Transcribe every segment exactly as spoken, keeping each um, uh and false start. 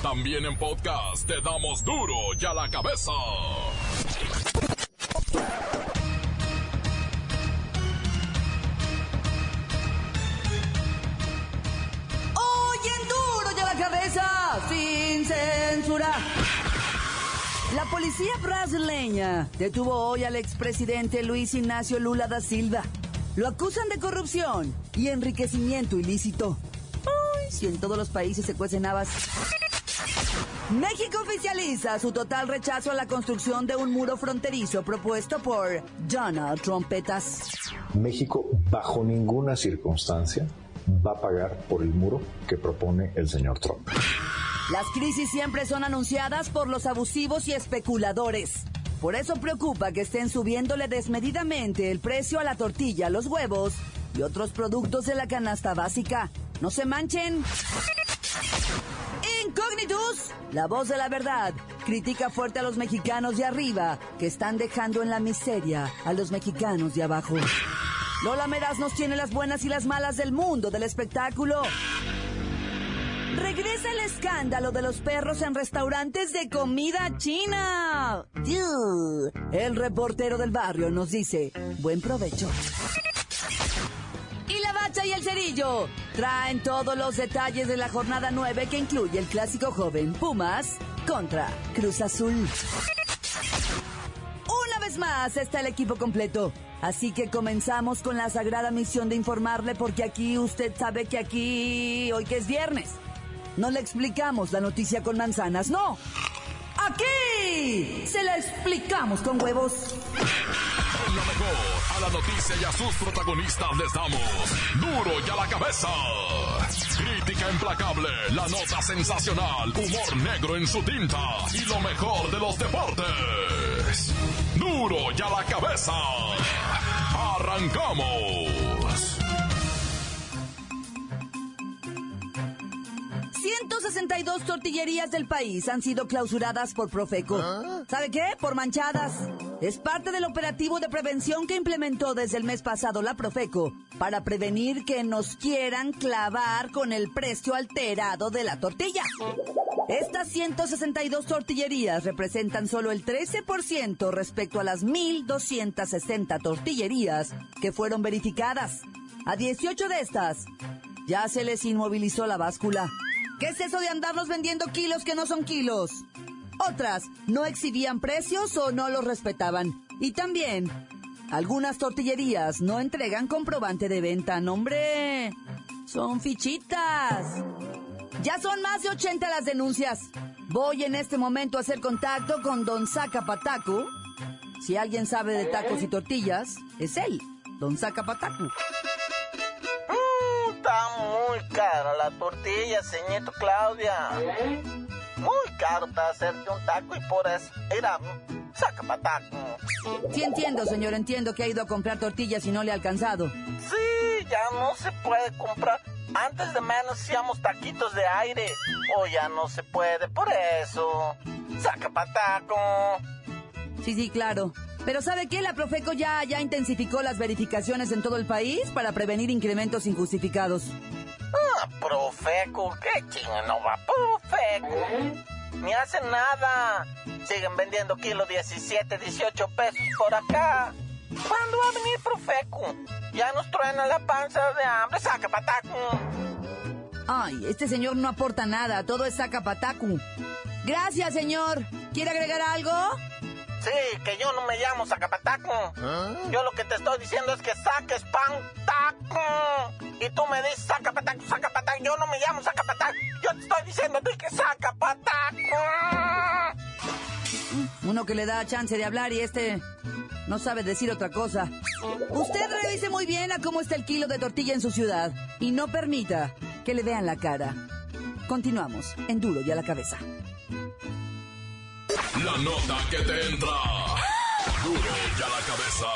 También en podcast te damos duro y a la cabeza. Hoy en duro y a la cabeza, sin censura. La policía brasileña detuvo hoy al expresidente Luis Ignacio Lula da Silva. Lo acusan de corrupción y enriquecimiento ilícito. Ay, si en todos los países se cuecen habas. México oficializa su total rechazo a la construcción de un muro fronterizo propuesto por Donald Trumpetas. México, bajo ninguna circunstancia, va a pagar por el muro que propone el señor Trump. Las crisis siempre son anunciadas por los abusivos y especuladores. Por eso preocupa que estén subiéndole desmedidamente el precio a la tortilla, los huevos y otros productos de la canasta básica. ¡No se manchen! Incógnitus, la voz de la verdad, critica fuerte a los mexicanos de arriba que están dejando en la miseria a los mexicanos de abajo. Lola Meraz nos tiene las buenas y las malas del mundo del espectáculo. Regresa el escándalo de los perros en restaurantes de comida china. El reportero del barrio nos dice, buen provecho. Y la Bacha y el Cerillo traen todos los detalles de la jornada nueve que incluye el clásico joven Pumas contra Cruz Azul. Una vez más está el equipo completo. Así que comenzamos con la sagrada misión de informarle porque aquí usted sabe que aquí, hoy que es viernes, no le explicamos la noticia con manzanas, no. Aquí se la explicamos con huevos. En lo mejor, a la noticia y a sus protagonistas les damos duro y a la cabeza. Crítica implacable, la nota sensacional, humor negro en su tinta y lo mejor de los deportes. Duro y a la cabeza. ¡Arrancamos! ciento sesenta y dos tortillerías del país han sido clausuradas por Profeco. ¿Sabe qué? Por manchadas. Es parte del operativo de prevención que implementó desde el mes pasado la Profeco para prevenir que nos quieran clavar con el precio alterado de la tortilla. Estas ciento sesenta y dos tortillerías representan solo el trece por ciento respecto a las mil doscientas sesenta tortillerías que fueron verificadas. A dieciocho de estas ya se les inmovilizó la báscula. ¿Qué es eso de andarnos vendiendo kilos que no son kilos? Otras no exhibían precios o no los respetaban. Y también, algunas tortillerías no entregan comprobante de venta. ¡No, hombre! ¡Son fichitas! Ya son más de ochenta las denuncias. Voy en este momento a hacer contacto con Don Zacapatacu. Si alguien sabe de tacos y tortillas, es él, Don Zacapatacu. Está muy cara la tortilla, señorito Claudia. Muy caro para hacerte un taco y por eso, mira, saca pataco. Sí entiendo, señor, entiendo que ha ido a comprar tortillas y no le ha alcanzado. Sí, ya no se puede comprar. Antes de menos hacíamos taquitos de aire. Hoy ya no se puede, por eso. Saca pataco. Sí, sí, claro. Pero ¿sabe qué? La Profeco ya, ya intensificó las verificaciones en todo el país para prevenir incrementos injustificados. Ah, Profeco, qué chingo no va Profeco. Ni hacen nada. Siguen vendiendo kilo diecisiete, dieciocho pesos por acá. ¿Cuándo va a venir Profeco? Ya nos truena la panza de hambre, saca pataco. Ay, este señor no aporta nada, todo es saca patacu. Gracias, señor. ¿Quiere agregar algo? Sí, que yo no me llamo Zacapataco. ¿Ah? Yo lo que te estoy diciendo es que saques pantaco. Y tú me dices Zacapataco, Zacapataco. Yo no me llamo Zacapataco. Yo te estoy diciendo a ti que Zacapataco. Uno que le da chance de hablar y este no sabe decir otra cosa. Usted revise muy bien a cómo está el kilo de tortilla en su ciudad y no permita que le vean la cara. Continuamos en Duro y a la Cabeza. La nota que te entra. Duro y a la cabeza.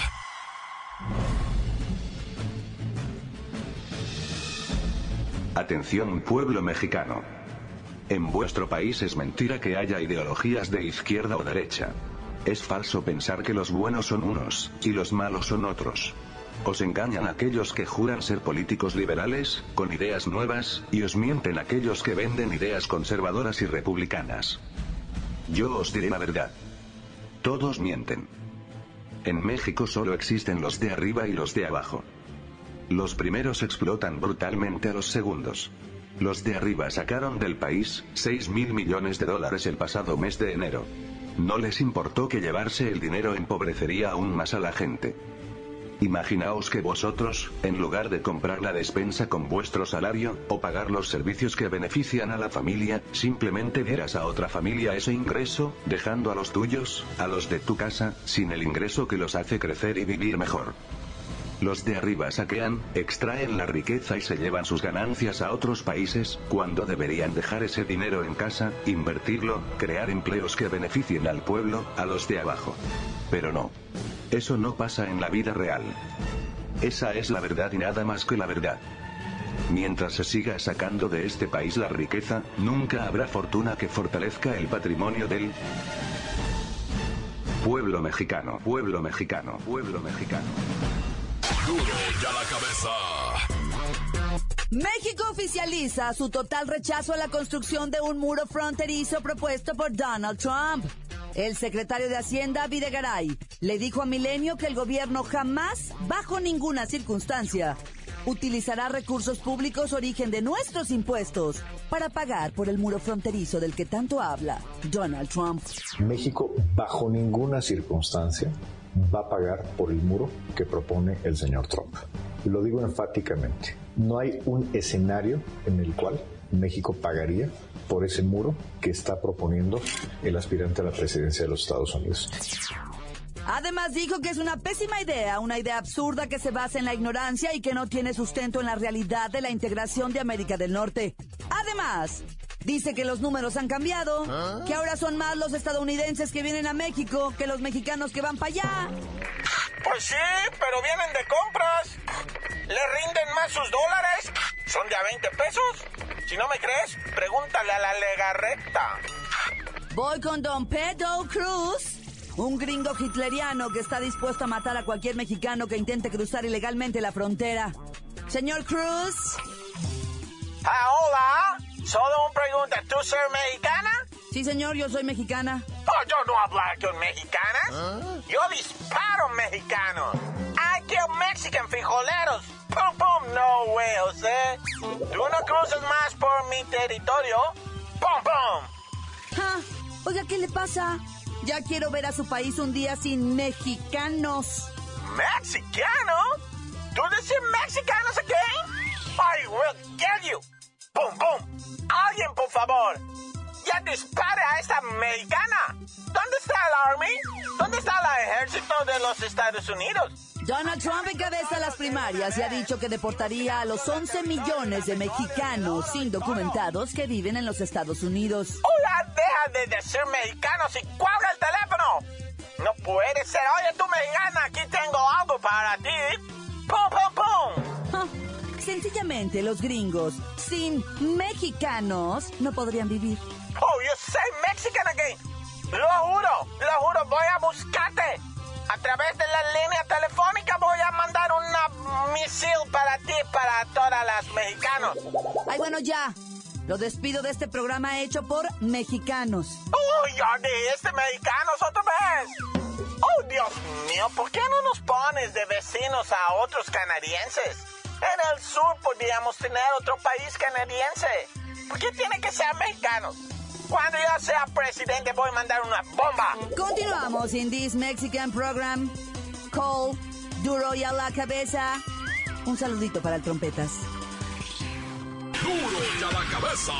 Atención, pueblo mexicano. En vuestro país es mentira que haya ideologías de izquierda o derecha. Es falso pensar que los buenos son unos y los malos son otros. Os engañan aquellos que juran ser políticos liberales, con ideas nuevas, y os mienten aquellos que venden ideas conservadoras y republicanas. Yo os diré la verdad. Todos mienten. En México solo existen los de arriba y los de abajo. Los primeros explotan brutalmente a los segundos. Los de arriba sacaron del país seis mil millones de dólares el pasado mes de enero. No les importó que llevarse el dinero empobrecería aún más a la gente. Imaginaos que vosotros, en lugar de comprar la despensa con vuestro salario, o pagar los servicios que benefician a la familia, simplemente dieras a otra familia ese ingreso, dejando a los tuyos, a los de tu casa, sin el ingreso que los hace crecer y vivir mejor. Los de arriba saquean, extraen la riqueza y se llevan sus ganancias a otros países, cuando deberían dejar ese dinero en casa, invertirlo, crear empleos que beneficien al pueblo, a los de abajo. Pero no. Eso no pasa en la vida real. Esa es la verdad y nada más que la verdad. Mientras se siga sacando de este país la riqueza, nunca habrá fortuna que fortalezca el patrimonio del pueblo mexicano, pueblo mexicano, pueblo mexicano. Duro y a la cabeza. México oficializa su total rechazo a la construcción de un muro fronterizo propuesto por Donald Trump. El secretario de Hacienda, Videgaray, le dijo a Milenio que el gobierno jamás, bajo ninguna circunstancia, utilizará recursos públicos origen de nuestros impuestos para pagar por el muro fronterizo del que tanto habla Donald Trump. México, bajo ninguna circunstancia, va a pagar por el muro que propone el señor Trump. Lo digo enfáticamente. No hay un escenario en el cual México pagaría por ese muro que está proponiendo el aspirante a la presidencia de los Estados Unidos. Además dijo que es una pésima idea, una idea absurda que se basa en la ignorancia y que no tiene sustento en la realidad de la integración de América del Norte. Además, dice que los números han cambiado, ¿Ah? que ahora son más los estadounidenses que vienen a México que los mexicanos que van para allá. Pues sí, pero vienen de compras. ¿Le rinden más sus dólares? ¿Son de a veinte pesos? Si no me crees, pregúntale a la Legarreta. Voy con don Pedro Cruz, un gringo hitleriano que está dispuesto a matar a cualquier mexicano que intente cruzar ilegalmente la frontera. Señor Cruz. Ah, hola. Solo una pregunta. ¿Tú eres mexicana? Sí, señor, yo soy mexicana. Oh, yo no hablo con mexicanas. ¿Ah? Yo disparo mexicanos. I kill Mexican frijoleros. Pum, pum, no way, José. Tú no cruzas más por mi territorio. Pum, pum. Ah, oiga, ¿qué le pasa? Ya quiero ver a su país un día sin mexicanos. ¿Mexicano? ¿Tú dices mexicanos again? I will kill you. Pum, pum. Alguien, por favor, ya dispare a esta mexicana. ¿Dónde está el Army? ¿Dónde está el ejército de los Estados Unidos? Donald Trump encabeza las primarias y ha dicho que deportaría a los once millones de mexicanos indocumentados que viven en los Estados Unidos. ¡Hola! Deja de decir mexicanos y cuelga el teléfono. No puede ser. Oye, tú mexicana, aquí tengo algo para ti. ¡Pum, pum, pum! Ah, sencillamente los gringos sin mexicanos no podrían vivir. Oh, you say Mexican again. Lo juro, lo juro, voy a buscarte. A través de la línea telefónica voy a mandar una misil para ti, para todas las mexicanos. Ay, bueno, ya. Lo despido de este programa hecho por mexicanos. ¡Uy, ya de este mexicanos otra vez! ¡Oh, Dios mío! ¿Por qué no nos pones de vecinos a otros canadienses? En el sur podríamos tener otro país canadiense. ¿Por qué tiene que ser mexicanos? Cuando yo sea presidente voy a mandar una bomba. Continuamos in this Mexican program. Call, duro y a la cabeza. Un saludito para el trompetas. Duro y a la cabeza.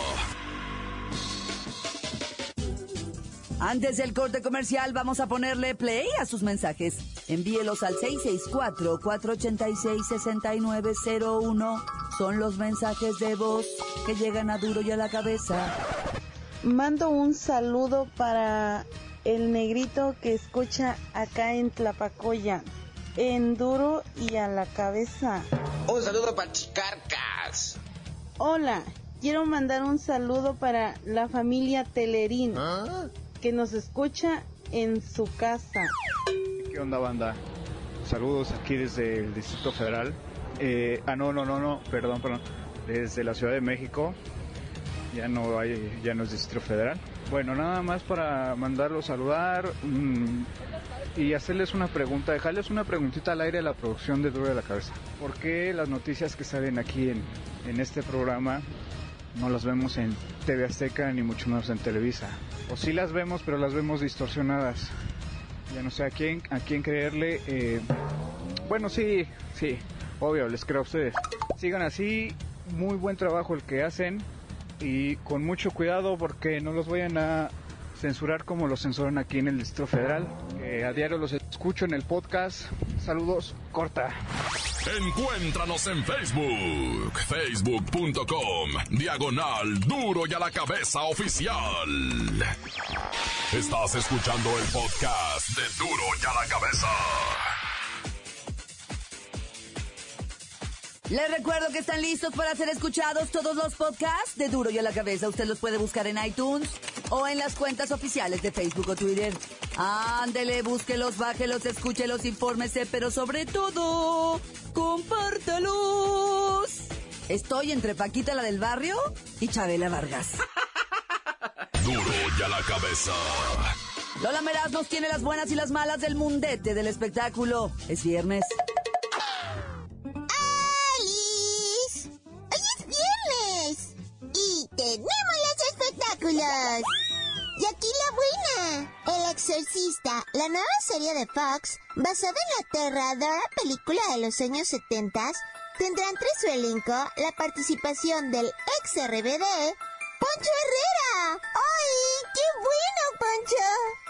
Antes del corte comercial vamos a ponerle play a sus mensajes. Envíelos al seis seis cuatro, cuatro ocho seis, seis nueve cero uno. Son los mensajes de voz que llegan a Duro y a la cabeza. Mando un saludo para el negrito que escucha acá en Tlapacoya, en Duro y a la cabeza. Un saludo para Chicarcas. Hola, quiero mandar un saludo para la familia Telerín, ¿Ah? que nos escucha en su casa. ¿Qué onda, banda? Saludos aquí desde el Distrito Federal. Eh, ah, no, no, no, no, perdón, perdón. Desde la Ciudad de México. Ya no hay, ya no es Distrito Federal. Bueno, nada más para mandarlos a saludar mmm, y hacerles una pregunta, dejarles una preguntita al aire a la producción de Duro de la Cabeza. ¿Por qué las noticias que salen aquí en, en este programa no las vemos en T V Azteca ni mucho menos en Televisa? O sí las vemos, pero las vemos distorsionadas. Ya no sé a quién, a quién creerle. Eh, bueno, sí, sí, obvio, les creo a ustedes. Sigan así, muy buen trabajo el que hacen y con mucho cuidado porque no los vayan a censurar como los censuran aquí en el Distrito Federal. Eh, a diario los escucho en el podcast. Saludos, corta. Encuéntranos en Facebook, facebook punto com, diagonal Duro y a la Cabeza Oficial. Estás escuchando el podcast de Duro y a la Cabeza. Les recuerdo que están listos para ser escuchados todos los podcasts de Duro y a la Cabeza. Usted los puede buscar en iTunes o en las cuentas oficiales de Facebook o Twitter. Ándele, búsquelos, bájelos, escúchelos, infórmese, pero sobre todo, compártalos. Estoy entre Paquita, la del barrio, y Chabela Vargas. Duro y a la Cabeza. Lola Meraz nos tiene las buenas y las malas del mundete del espectáculo. Es viernes. ¡Alice! ¡Hoy es viernes! Y tenemos los espectáculos. Y aquí la buena. El Exorcista, la nueva serie de Fox, basada en la aterradora película de los años setenta, tendrá entre su elenco la participación del ex R B D, Poncho Herrera. ¡Ay, qué bueno, Poncho!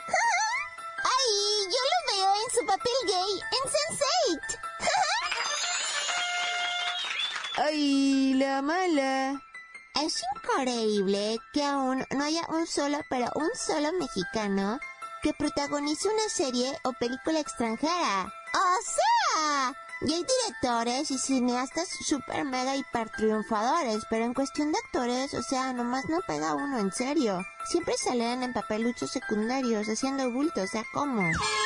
¡Ay, yo lo veo en su papel gay en sense eight! ¡Ay, la mala! Es increíble que aún no haya un solo, pero un solo mexicano que protagonice una serie o película extranjera. ¡O sea! Y hay directores y cineastas super mega hiper triunfadores, pero en cuestión de actores, o sea, nomás no pega uno, en serio. Siempre salen en papeluchos secundarios, haciendo bulto, o sea, ¿cómo?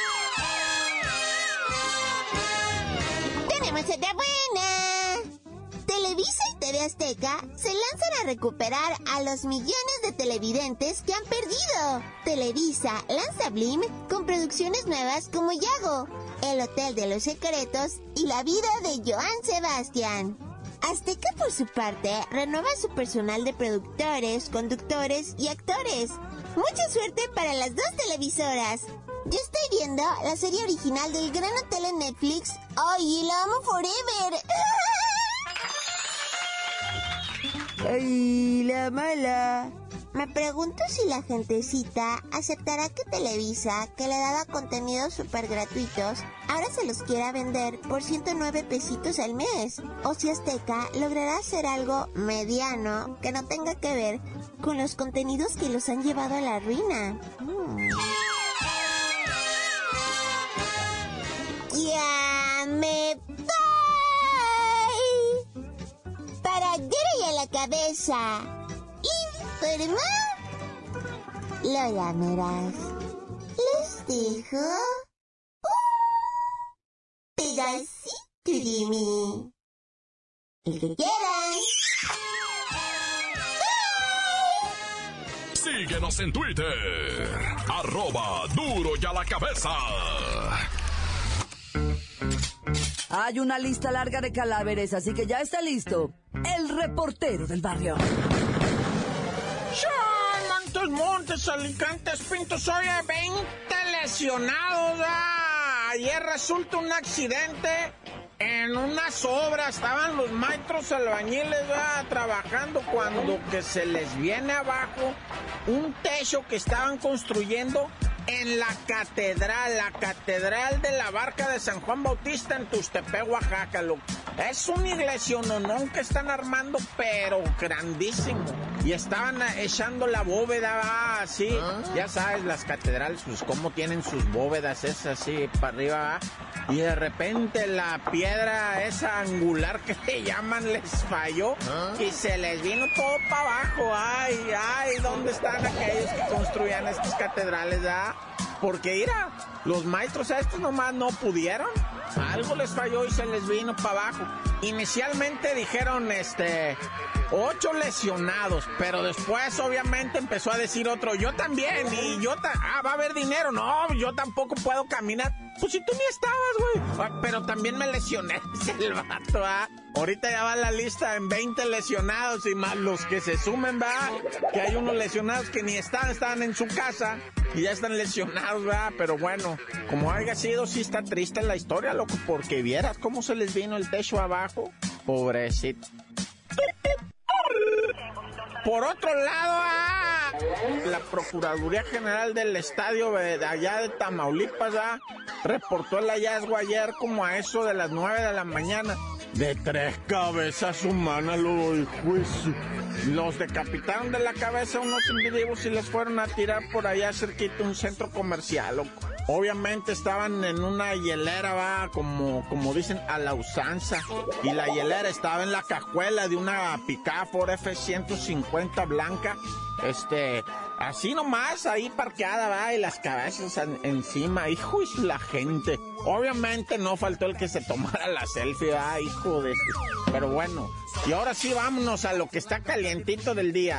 ¡Tenemos otra buena! Televisa y T V Azteca se lanzan a recuperar a los millones de televidentes que han perdido. Televisa lanza Blim con producciones nuevas como Yago, El Hotel de los Secretos y La Vida de Joan Sebastián. Azteca, por su parte, renueva su personal de productores, conductores y actores. ¡Mucha suerte para las dos televisoras! Yo estoy viendo la serie original del Gran Hotel en Netflix. ¡Ay, la amo forever! ¡Ay, la mala! Me pregunto si la gentecita aceptará que Televisa, que le daba contenidos súper gratuitos, ahora se los quiera vender por ciento nueve pesitos al mes. O si Azteca logrará hacer algo mediano que no tenga que ver con los contenidos que los han llevado a la ruina. Mm. ¡Ya me voy! Para Duro y a la Cabeza. Informa Lola Meraz. Les dejo un pedacito de mí. El que quieran. Síguenos en Twitter, arroba Duro y a la Cabeza. Hay una lista larga de cadáveres, así que ya está listo el reportero del barrio. Montes, Montes, Alicantes, Pintos, oye, veinte lesionados. Ah. Ayer resulta un accidente en unas obras. Estaban los maestros albañiles ah, trabajando cuando que se les viene abajo un techo que estaban construyendo en la catedral, la catedral de la Barca de San Juan Bautista en Tuxtepec, Oaxaca. Lo, es una iglesia, no, no, que están armando, pero grandísimo. Y estaban echando la bóveda, ah, así. ¿Ah? Ya sabes, las catedrales, pues cómo tienen sus bóvedas, es así, para arriba, ah. Y de repente la piedra esa angular que le llaman les falló. ¿Ah? Y se les vino todo para abajo. Ay, ay, ¿dónde están aquellos que construían estas catedrales, ah? porque mira, los maestros estos nomás no pudieron. Algo les falló y se les vino para abajo. Inicialmente dijeron, este, ocho lesionados, pero después obviamente empezó a decir otro, yo también, y yo, ta ah, va a haber dinero, no, yo tampoco puedo caminar. Pues si tú ni estabas, güey. Ah, pero también me lesioné, dice el vato, ¿ah? Ahorita ya va la lista en veinte lesionados y más los que se sumen, ¿verdad? Que hay unos lesionados que ni están, estaban en su casa y ya están lesionados, ¿verdad? Pero bueno, como haya sido, sí está triste la historia, loco, porque vieras cómo se les vino el techo abajo. Pobrecito. Por otro lado, ah, la Procuraduría General del Estadio de allá de Tamaulipas, ah, reportó el hallazgo ayer como a eso de las nueve de la mañana de tres cabezas humanas, los hijos. Los decapitaron de la cabeza unos individuos y les fueron a tirar por allá cerquita un centro comercial, loco. Obviamente estaban en una hielera, va, como, como dicen, a la usanza. Y la hielera estaba en la cajuela de una Pickup Ford F ciento cincuenta blanca. Este, así nomás, ahí parqueada, va, y las cabezas en, encima. Hijo, y la gente. Obviamente no faltó el que se tomara la selfie, va, hijo de... Pero bueno, y ahora sí vámonos a lo que está calientito del día.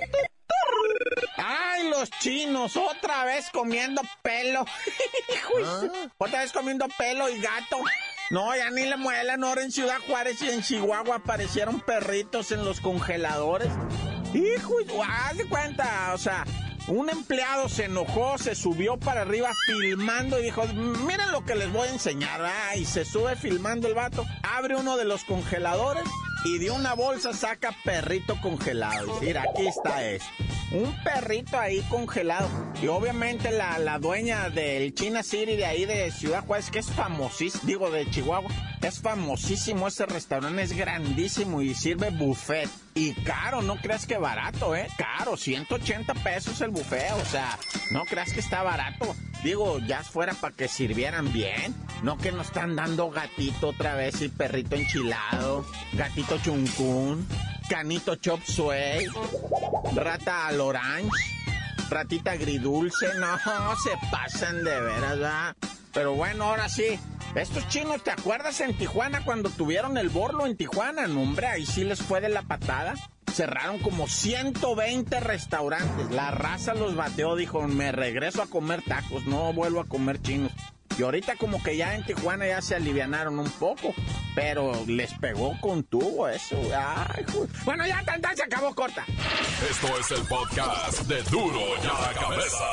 ¡Ay, los chinos! Otra vez comiendo pelo. ¿Ah? Otra vez comiendo pelo y gato. No, ya ni le muelan. Ahora en Ciudad Juárez y en Chihuahua aparecieron perritos en los congeladores. Hijo, haz de cuenta, o sea, un empleado se enojó, se subió para arriba filmando y dijo, miren lo que les voy a enseñar. Ah, y se sube filmando el vato, abre uno de los congeladores y de una bolsa saca perrito congelado. Mira, aquí está esto. Un perrito ahí congelado. Y obviamente la, la dueña del China City de ahí de Ciudad Juárez, que es famosísimo, digo de Chihuahua, es famosísimo ese restaurante, es grandísimo y sirve buffet. Y caro, no creas que barato, ¿eh? Caro, ciento ochenta pesos el buffet, o sea, no creas que está barato. Digo, ya fuera para que sirvieran bien, no que nos están dando gatito otra vez y perrito enchilado, gatito chuncún, canito chop suey, rata al orange, ratita agridulce, no, se pasan de veras, ¿verdad? Pero bueno, ahora sí, estos chinos, ¿te acuerdas en Tijuana cuando tuvieron el borlo en Tijuana? No, hombre, ahí sí les fue de la patada. Cerraron como ciento veinte restaurantes. La raza los bateó, dijo, me regreso a comer tacos, no vuelvo a comer chinos. Y ahorita como que ya en Tijuana ya se alivianaron un poco, pero les pegó con tubo eso. Ay, bueno, ya tan, tan, se acabó, corta. Esto es el podcast de Duro y a la Cabeza.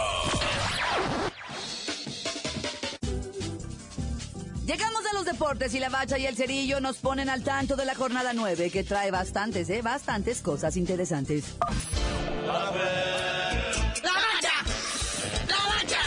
Llegamos a los deportes y la Bacha y el Cerillo nos ponen al tanto de la jornada nueve, que trae bastantes, ¿eh? Bastantes cosas interesantes. ¡La Bacha! ¡La Bacha! ¡La Bacha!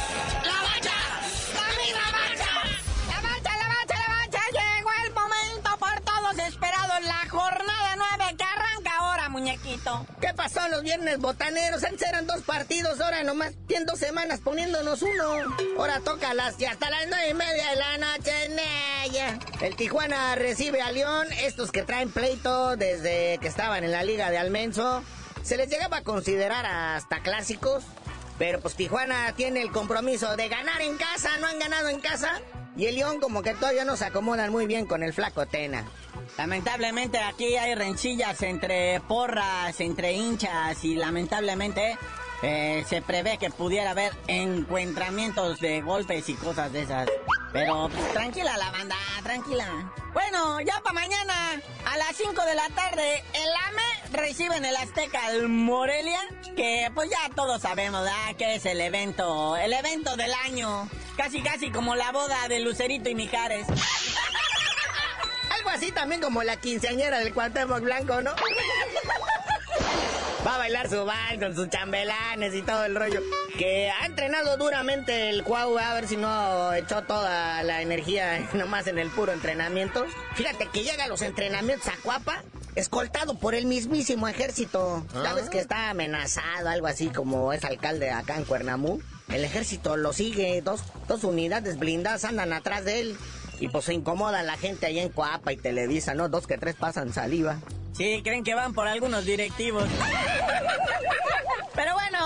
¡La misma Bacha! ¡La Bacha, la Bacha, la Bacha! Llegó el momento por todos esperado, la jornada nueve que arranca ahora, muñequito. ¿Qué pasó los viernes botaneros? Antes eran dos partidos, ahora nomás tienen dos semanas poniéndonos uno. Ahora toca las y hasta las nueve y media de la noche en ella. El Tijuana recibe a León, estos que traen pleito desde que estaban en la Liga de Almenso. Se les llegaba a considerar hasta clásicos, pero pues Tijuana tiene el compromiso de ganar en casa, no han ganado en casa. Y el León como que todavía no se acomodan muy bien con el Flaco Tena. Lamentablemente aquí hay rencillas entre porras, entre hinchas y lamentablemente eh, se prevé que pudiera haber encuentramientos de golpes y cosas de esas. Pero pues, tranquila la banda, tranquila. Bueno, ya para mañana a las cinco de la tarde el A M E recibe en el Azteca al Morelia, que pues ya todos sabemos, ¿verdad? Que es el evento, el evento del año. Casi casi como la boda de Lucerito y Mijares. Algo así también como la quinceañera del Cuauhtémoc Blanco, ¿no? Va a bailar su baile con sus chambelanes y todo el rollo. Que ha entrenado duramente el Cuau, a ver si no echó toda la energía nomás en el puro entrenamiento. Fíjate que llega a los entrenamientos a Cuapa, escoltado por el mismísimo ejército. ¿Ah? ¿Sabes que está amenazado, algo así como es alcalde acá en Cuernamú? El ejército lo sigue, dos, dos unidades blindadas andan atrás de él. Y pues se incomoda la gente ahí en Coapa y Televisa, ¿no? Dos que tres pasan saliva. Sí, creen que van por algunos directivos. Pero bueno,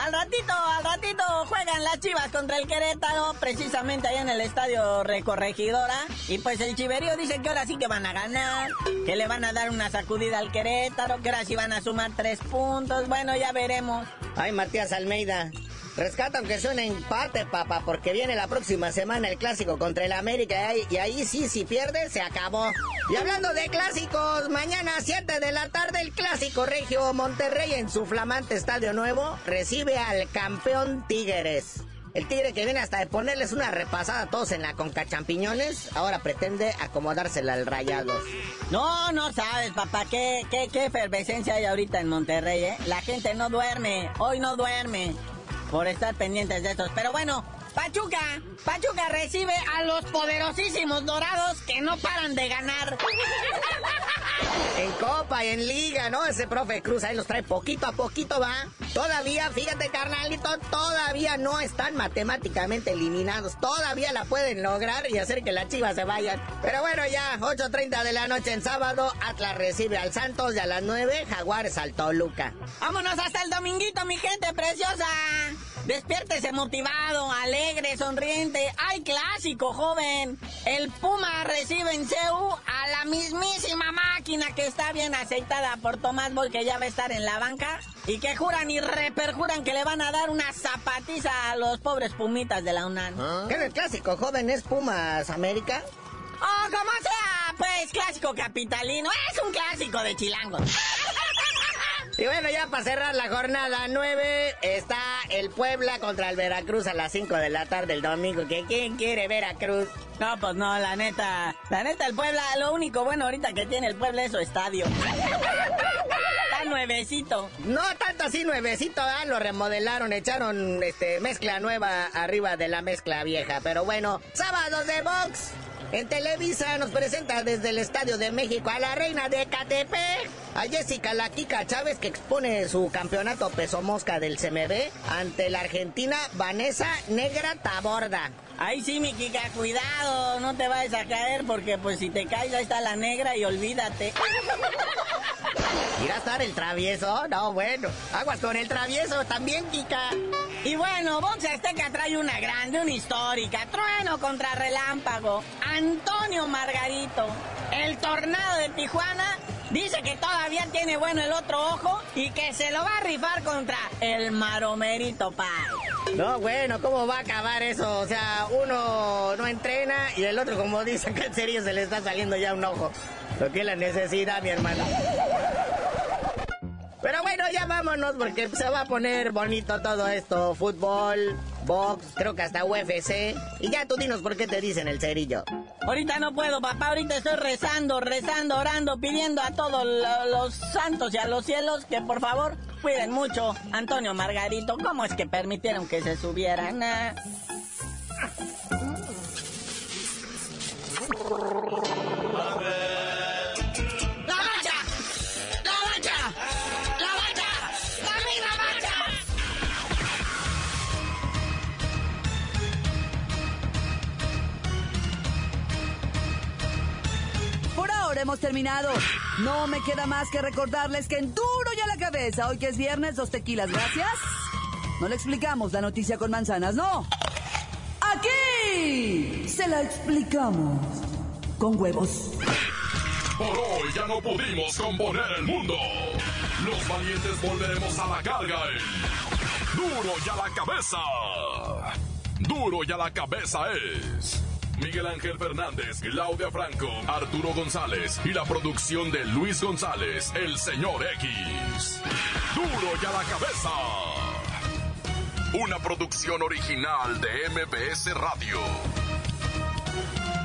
Al ratito, al ratito juegan las Chivas contra el Querétaro, precisamente allá en el estadio Recorregidora. Y pues el chiverío dice que ahora sí que van a ganar, que le van a dar una sacudida al Querétaro, que ahora sí van a sumar tres puntos. Bueno, ya veremos. Ay, Matías Almeida, rescata aunque suene empate, papá, porque viene la próxima semana el clásico contra el América, y ahí, y ahí sí, si pierde, se acabó. Y hablando de clásicos, mañana a siete de la tarde el clásico regio Monterrey en su flamante estadio nuevo recibe al campeón Tigres. El Tigre que viene hasta de ponerles una repasada a todos en la Conca Champiñones, ahora pretende acomodársela al Rayados. No, no sabes, papá, qué, qué, qué efervescencia hay ahorita en Monterrey, ¿eh? La gente no duerme, hoy no duerme, por estar pendientes de estos. Pero bueno, Pachuca, Pachuca recibe a los poderosísimos Dorados que no paran de ganar. En Copa y en Liga, ¿no? Ese profe Cruz ahí los trae poquito a poquito, ¿va? Todavía, fíjate, carnalito, todavía no están matemáticamente eliminados. Todavía la pueden lograr y hacer que las Chivas se vayan. Pero bueno, ya, ocho treinta de la noche en sábado, Atlas recibe al Santos y a las nueve, Jaguares al Toluca. ¡Vámonos hasta el dominguito, mi gente preciosa! Despiértese motivado, alegre, sonriente. ¡Ay, clásico, joven! El Puma recibe en C U a la mismísima máquina que está bien aceitada por Tomás Boy, que ya va a estar en la banca, y que juran y reperjuran que le van a dar una zapatiza a los pobres Pumitas de la UNAM. ¿Ah? ¿Qué en el clásico, joven, es Pumas América? ¡Oh, como sea! Pues clásico capitalino, es un clásico de chilangos. Y bueno, ya para cerrar la jornada nueve, está el Puebla contra el Veracruz a las cinco de la tarde el domingo. ¿Que quién quiere Veracruz? No, pues no, la neta, la neta el Puebla, lo único bueno ahorita que tiene el Puebla es su estadio. Está nuevecito. No tanto así nuevecito, ¿eh? Lo remodelaron, echaron este mezcla nueva arriba de la mezcla vieja. Pero bueno, sábado de box. En Televisa nos presenta desde el Estadio de México a la reina de Ecatepec, a Jessica La Kika Chávez, que expone su campeonato peso mosca del C M B ante la argentina Vanessa Negra Taborda. Ay, sí, mi Kika, cuidado, no te vayas a caer, porque pues si te caes ahí está la negra y olvídate. ¿Irá a estar el travieso? No, bueno, aguas con el travieso también, Kika. Y bueno, Box Azteca trae una grande, una histórica, trueno contra relámpago. Antonio Margarito, el Tornado de Tijuana, dice que todavía tiene bueno el otro ojo y que se lo va a rifar contra el Maromerito Paz. No, bueno, ¿cómo va a acabar eso? O sea, uno no entrena y el otro, como dicen, que en serio se le está saliendo ya un ojo. Lo que es la necesidad, mi hermano. Pero bueno, ya vámonos porque se va a poner bonito todo esto. Fútbol, box, creo que hasta U F C. Y ya tú dinos por qué te dicen el cerillo. Ahorita no puedo, papá. Ahorita estoy rezando, rezando, orando, pidiendo a todos los santos y a los cielos que por favor cuiden mucho a Antonio Margarito. ¿Cómo es que permitieron que se subieran? Ah. Hemos terminado. No me queda más que recordarles que en Duro y a la Cabeza, hoy que es viernes, dos tequilas, gracias. No le explicamos la noticia con manzanas, no. Aquí se la explicamos con huevos. Por hoy ya no pudimos componer el mundo. Los valientes volveremos a la carga en Duro y a la Cabeza. Duro y a la Cabeza es Miguel Ángel Fernández, Claudia Franco, Arturo González y la producción de Luis González, el señor X. Duro y a la Cabeza. Una producción original de M B S Radio.